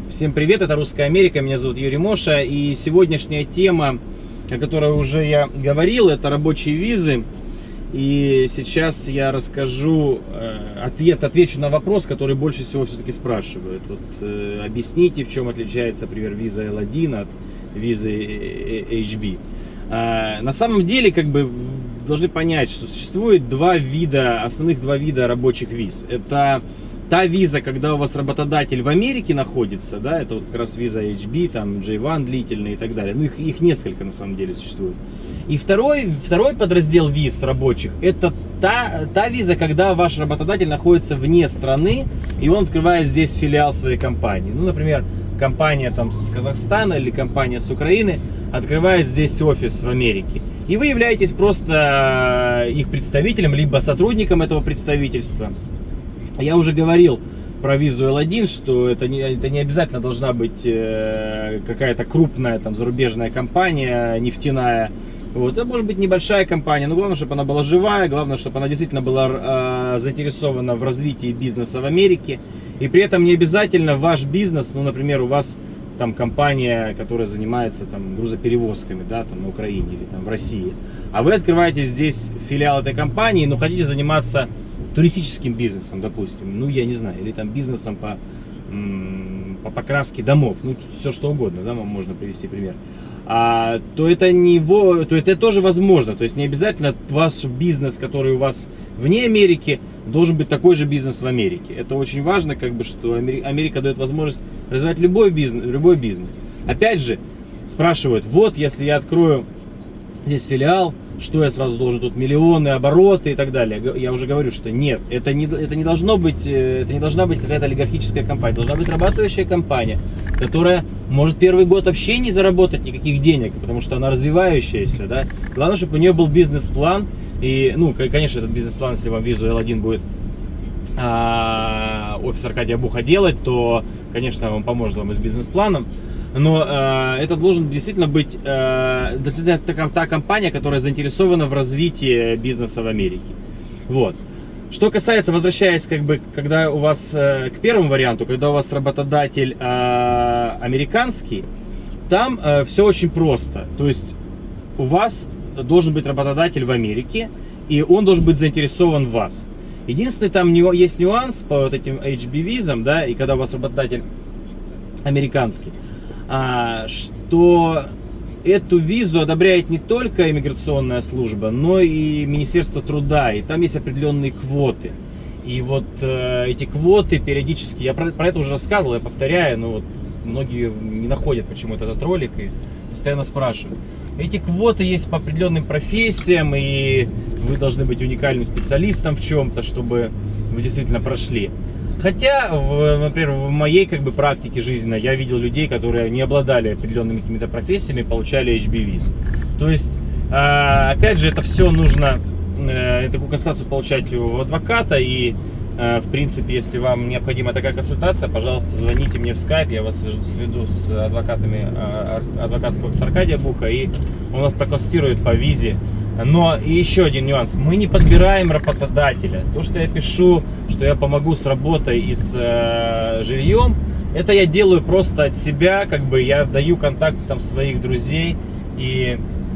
Всем привет, это Русская Америка, меня зовут Юрий Моша, и сегодняшняя тема, о которой уже я говорил, это рабочие визы. И сейчас я расскажу, отвечу на вопрос, который больше всего все-таки спрашивают. Объясните, в чем отличается, например, виза L1 от визы HB. На самом деле, должны понять, что существует основных два вида рабочих виз. Это та виза, когда у вас работодатель в Америке находится, да, это как раз виза HB, там J1 длительная и так далее. Их несколько на самом деле существует. И второй подраздел виз рабочих, это та виза, когда ваш работодатель находится вне страны, и он открывает здесь филиал своей компании. Например, компания с Казахстана или компания с Украины открывает здесь офис в Америке. И вы являетесь просто их представителем, либо сотрудником этого представительства. Я уже говорил про визу L1, что это не обязательно должна быть какая-то крупная зарубежная компания, нефтяная. Это может быть небольшая компания, но главное, чтобы она была живая, главное, чтобы она действительно была заинтересована в развитии бизнеса в Америке. И при этом не обязательно ваш бизнес, например, у вас компания, которая занимается грузоперевозками, да, на Украине или в России, а вы открываете здесь филиал этой компании, но хотите заниматься туристическим бизнесом, допустим, я не знаю, или бизнесом по покраске домов, все что угодно, да, можно привести пример, то это тоже возможно. То есть не обязательно ваш бизнес, который у вас вне Америки, должен быть такой же бизнес в Америке. Это очень важно, что Америка дает возможность развивать любой бизнес. Опять же, спрашивают, если я открою здесь филиал, что я сразу должен тут миллионы, обороты и так далее. Я уже говорю, что нет, это не должна быть какая-то олигархическая компания, должна быть работающая компания, которая может первый год вообще не заработать никаких денег, потому что она развивающаяся, да. Главное, чтобы у нее был бизнес-план, и, конечно, этот бизнес-план, если вам визу L1 будет офис Аркадия Буха делать, то, конечно, он поможет вам и с бизнес-планом. Но это должен действительно быть та компания, которая заинтересована в развитии бизнеса в Америке. Что касается, возвращаясь, когда у вас к первому варианту, когда у вас работодатель американский, там все очень просто. То есть у вас должен быть работодатель в Америке, и он должен быть заинтересован в вас. Единственный там есть нюанс по этим HB визам, да, и когда у вас работодатель американский, что эту визу одобряет не только иммиграционная служба, но и Министерство труда, и там есть определенные квоты. И эти квоты периодически, я про это уже рассказывал, я повторяю, но многие не находят почему-то этот ролик и постоянно спрашивают. Эти квоты есть по определенным профессиям, и вы должны быть уникальным специалистом в чем-то, чтобы вы действительно прошли. Хотя, например, в моей практике жизненной я видел людей, которые не обладали определенными какими-то профессиями, получали HB визу. То есть, опять же, это все нужно, такую консультацию получать у адвоката. И, в принципе, если вам необходима такая консультация, пожалуйста, звоните мне в Skype, я вас сведу с адвокатами адвокатского с Аркадия Буха, и он вас проконсультирует по визе. Но и еще один нюанс. Мы не подбираем работодателя. То, что я пишу, что я помогу с работой и с жильем, это я делаю просто от себя. Я даю контакты своих друзей и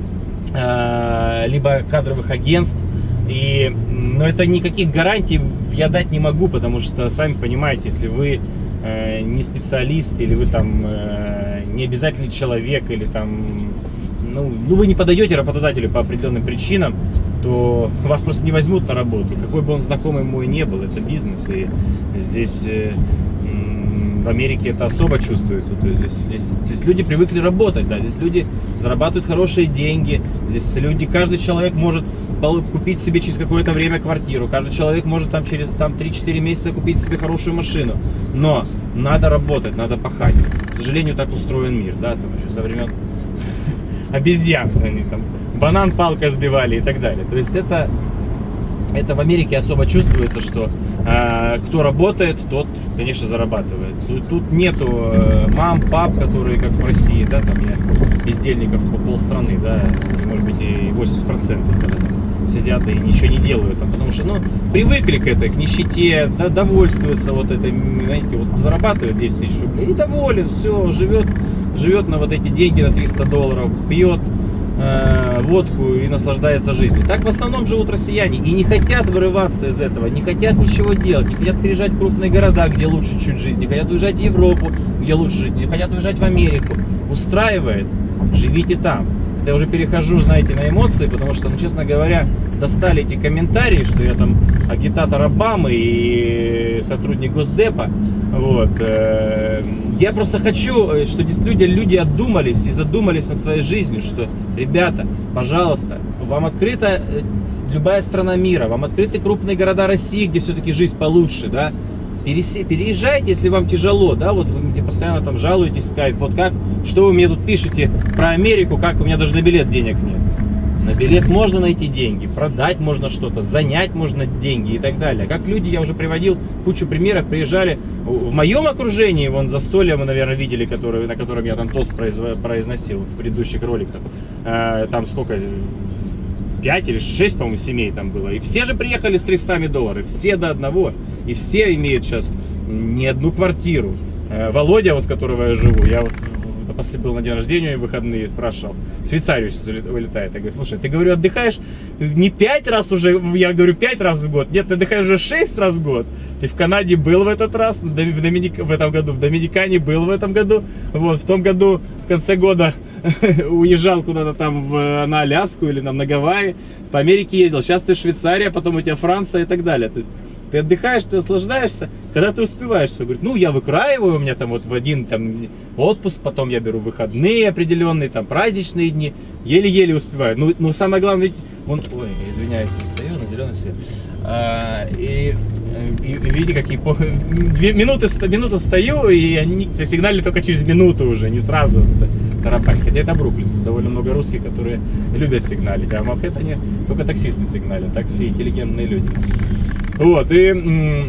либо кадровых агентств. Но это никаких гарантий я дать не могу, потому что, сами понимаете, если вы не специалист, или вы не обязательный человек, или вы не подаете работодателю по определенным причинам, то вас просто не возьмут на работу. Какой бы он знакомый мой не был, это бизнес, и здесь в Америке это особо чувствуется. То есть здесь люди привыкли работать, да, здесь люди зарабатывают хорошие деньги, здесь каждый человек может купить себе через какое-то время квартиру, каждый человек может через 3-4 месяца купить себе хорошую машину, но надо работать, надо пахать. К сожалению, так устроен мир, да, со времен обезьян, они банан палкой сбивали и так далее. То есть это в Америке особо чувствуется, что кто работает, тот, конечно, зарабатывает. Тут нету мам, пап, которые как в России, да, бездельников по полстраны, да, и, может быть, и 80%, когда сидят и ничего не делают, потому что, ну, привыкли к этой, к нищете, да, довольствуются вот этой, знаете, вот зарабатывает 10 тысяч рублей и доволен, все, живет на вот эти деньги, на $300, пьет водку и наслаждается жизнью. Так в основном живут россияне и не хотят вырываться из этого, не хотят ничего делать, не хотят переезжать в крупные города, где лучше чуть жизнь, не хотят уезжать в Европу, где лучше жить, не хотят уезжать в Америку. Устраивает, живите там. Это я уже перехожу, знаете, на эмоции, потому что, ну, честно говоря, достали эти комментарии, что я там агитатор Обамы и сотрудник Госдепа. Вот. Я просто хочу, что действительно люди отдумались и задумались над своей жизнью, что, ребята, пожалуйста, вам открыта любая страна мира, вам открыты крупные города России, где все-таки жизнь получше, да. Переезжайте, если вам тяжело, да, вот вы мне постоянно там жалуетесь в скайп, вот как, что вы мне тут пишете про Америку, как у меня даже на билет денег нет. На билет можно найти деньги, продать можно что-то, занять можно деньги и так далее. Как люди, я уже приводил кучу примеров, приезжали в моем окружении, вон застолье мы, наверное, видели, на котором я там тост произносил в предыдущих роликах. Там сколько, 5 или 6, по-моему, семей там было. И все же приехали с $300, все до одного. И все имеют сейчас не одну квартиру. Володя, вот которого я живу, я вот после был на день рождения в выходные, спрашивал, в Швейцарию сейчас вылетает. Я говорю, слушай, ты, говорю, отдыхаешь не 5 раз уже, я говорю, 5 раз в год, нет, ты отдыхаешь уже 6 раз в год. Ты в Канаде был в этот раз, в этом году, в Доминикане был в этом году, вот, в том году, в конце года уезжал куда-то там на Аляску или на Гавайи, по Америке ездил, сейчас ты Швейцария, потом у тебя Франция и так далее. То есть ты отдыхаешь, ты наслаждаешься, когда ты успеваешь все. Говорит, ну я выкраиваю, у меня там вот в один там отпуск, потом я беру выходные определенные, там праздничные дни, еле-еле успеваю. Ну самое главное, ведь он, ой, извиняюсь, стою на зеленый свет. И видите, какие минуты стою, и они сигналили только через минуту уже, не сразу. Тарапань. Хотя это Бруклин, довольно много русских, которые любят сигналить, а в Манхэттене только таксисты сигналят, так все интеллигентные люди. Вот, и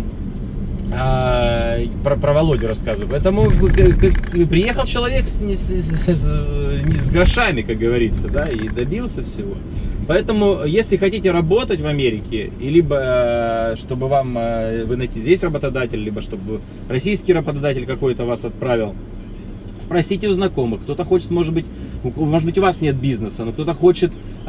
про Володю рассказываю. Поэтому приехал человек не с грошами, как говорится, да, и добился всего. Поэтому, если хотите работать в Америке, и либо чтобы вы найти здесь работодатель, либо чтобы российский работодатель какой-то вас отправил, спросите у знакомых. Кто-то хочет, может быть, у вас нет бизнеса, но кто-то хочет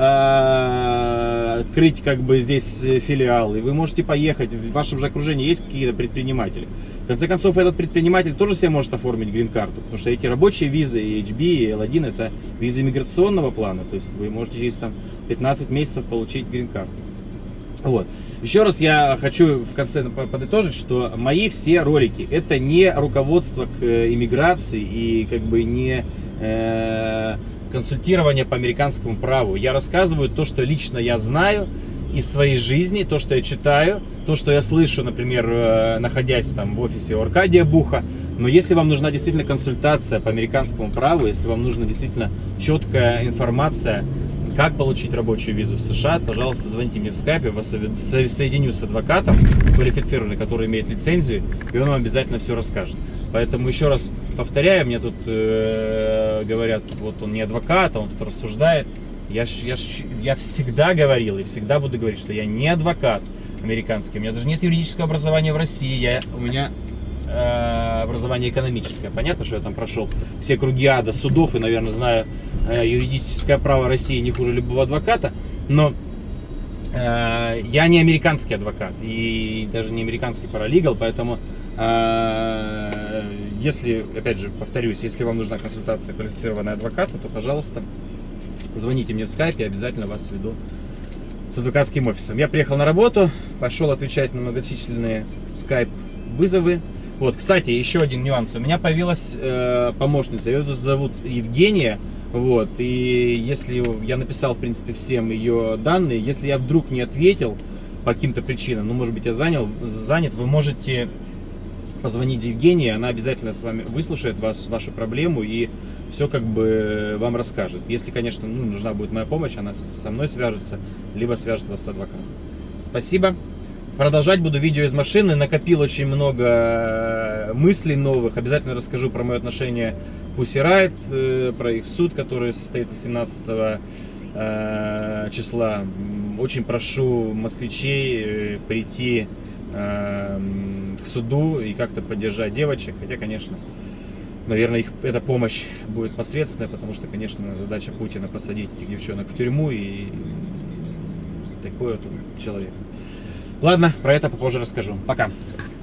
открыть как бы здесь филиал, и вы можете поехать, в вашем же окружении есть какие-то предприниматели. В конце концов, этот предприниматель тоже себе может оформить грин-карту, потому что эти рабочие визы, и HB, и L1, это визы иммиграционного плана, то есть вы можете здесь там 15 месяцев получить грин-карту. Вот. Еще раз я хочу в конце подытожить, что мои все ролики это не руководство к иммиграции и как бы не консультирование по американскому праву. Я рассказываю то, что лично я знаю из своей жизни, то, что я читаю, то, что я слышу, например, находясь там в офисе у Аркадия Буха. Но если вам нужна действительно консультация по американскому праву, если вам нужна действительно четкая информация, как получить рабочую визу в США, пожалуйста, звоните мне в скайпе, вас соединю с адвокатом квалифицированным, который имеет лицензию, и он вам обязательно все расскажет. Поэтому еще раз повторяю, мне тут говорят, вот он не адвокат, а он тут рассуждает. Я всегда говорил и всегда буду говорить, что я не адвокат американский, у меня даже нет юридического образования в России, у меня образование экономическое. Понятно, что я там прошел все круги ада судов и, наверное, знаю юридическое право России не хуже любого адвоката, но я не американский адвокат и даже не американский паралигал, поэтому если, опять же, повторюсь, если вам нужна консультация квалифицированного адвоката, то, пожалуйста, звоните мне в скайпе, я обязательно вас сведу с адвокатским офисом. Я приехал на работу, пошел отвечать на многочисленные скайп-вызовы. Вот, кстати, еще один нюанс. У меня появилась помощница, ее зовут Евгения. Вот, и если я написал, в принципе, всем ее данные, если я вдруг не ответил по каким-то причинам, ну, может быть, я занят, вы можете позвонить Евгении, она обязательно с вами выслушает вашу проблему и все как бы вам расскажет. Если, конечно, нужна будет моя помощь, она со мной свяжется, либо свяжет вас с адвокатом. Спасибо. Продолжать буду видео из машины. Накопил очень много мыслей новых. Обязательно расскажу про мое отношение к Pussy Riot, про их суд, который состоится 17 числа. очень прошу москвичей прийти к суду и как-то поддержать девочек. Хотя, конечно, наверное, эта помощь будет посредственная, потому что, конечно, задача Путина посадить этих девчонок в тюрьму, и такой вот он человек. Ладно, про это попозже расскажу. Пока.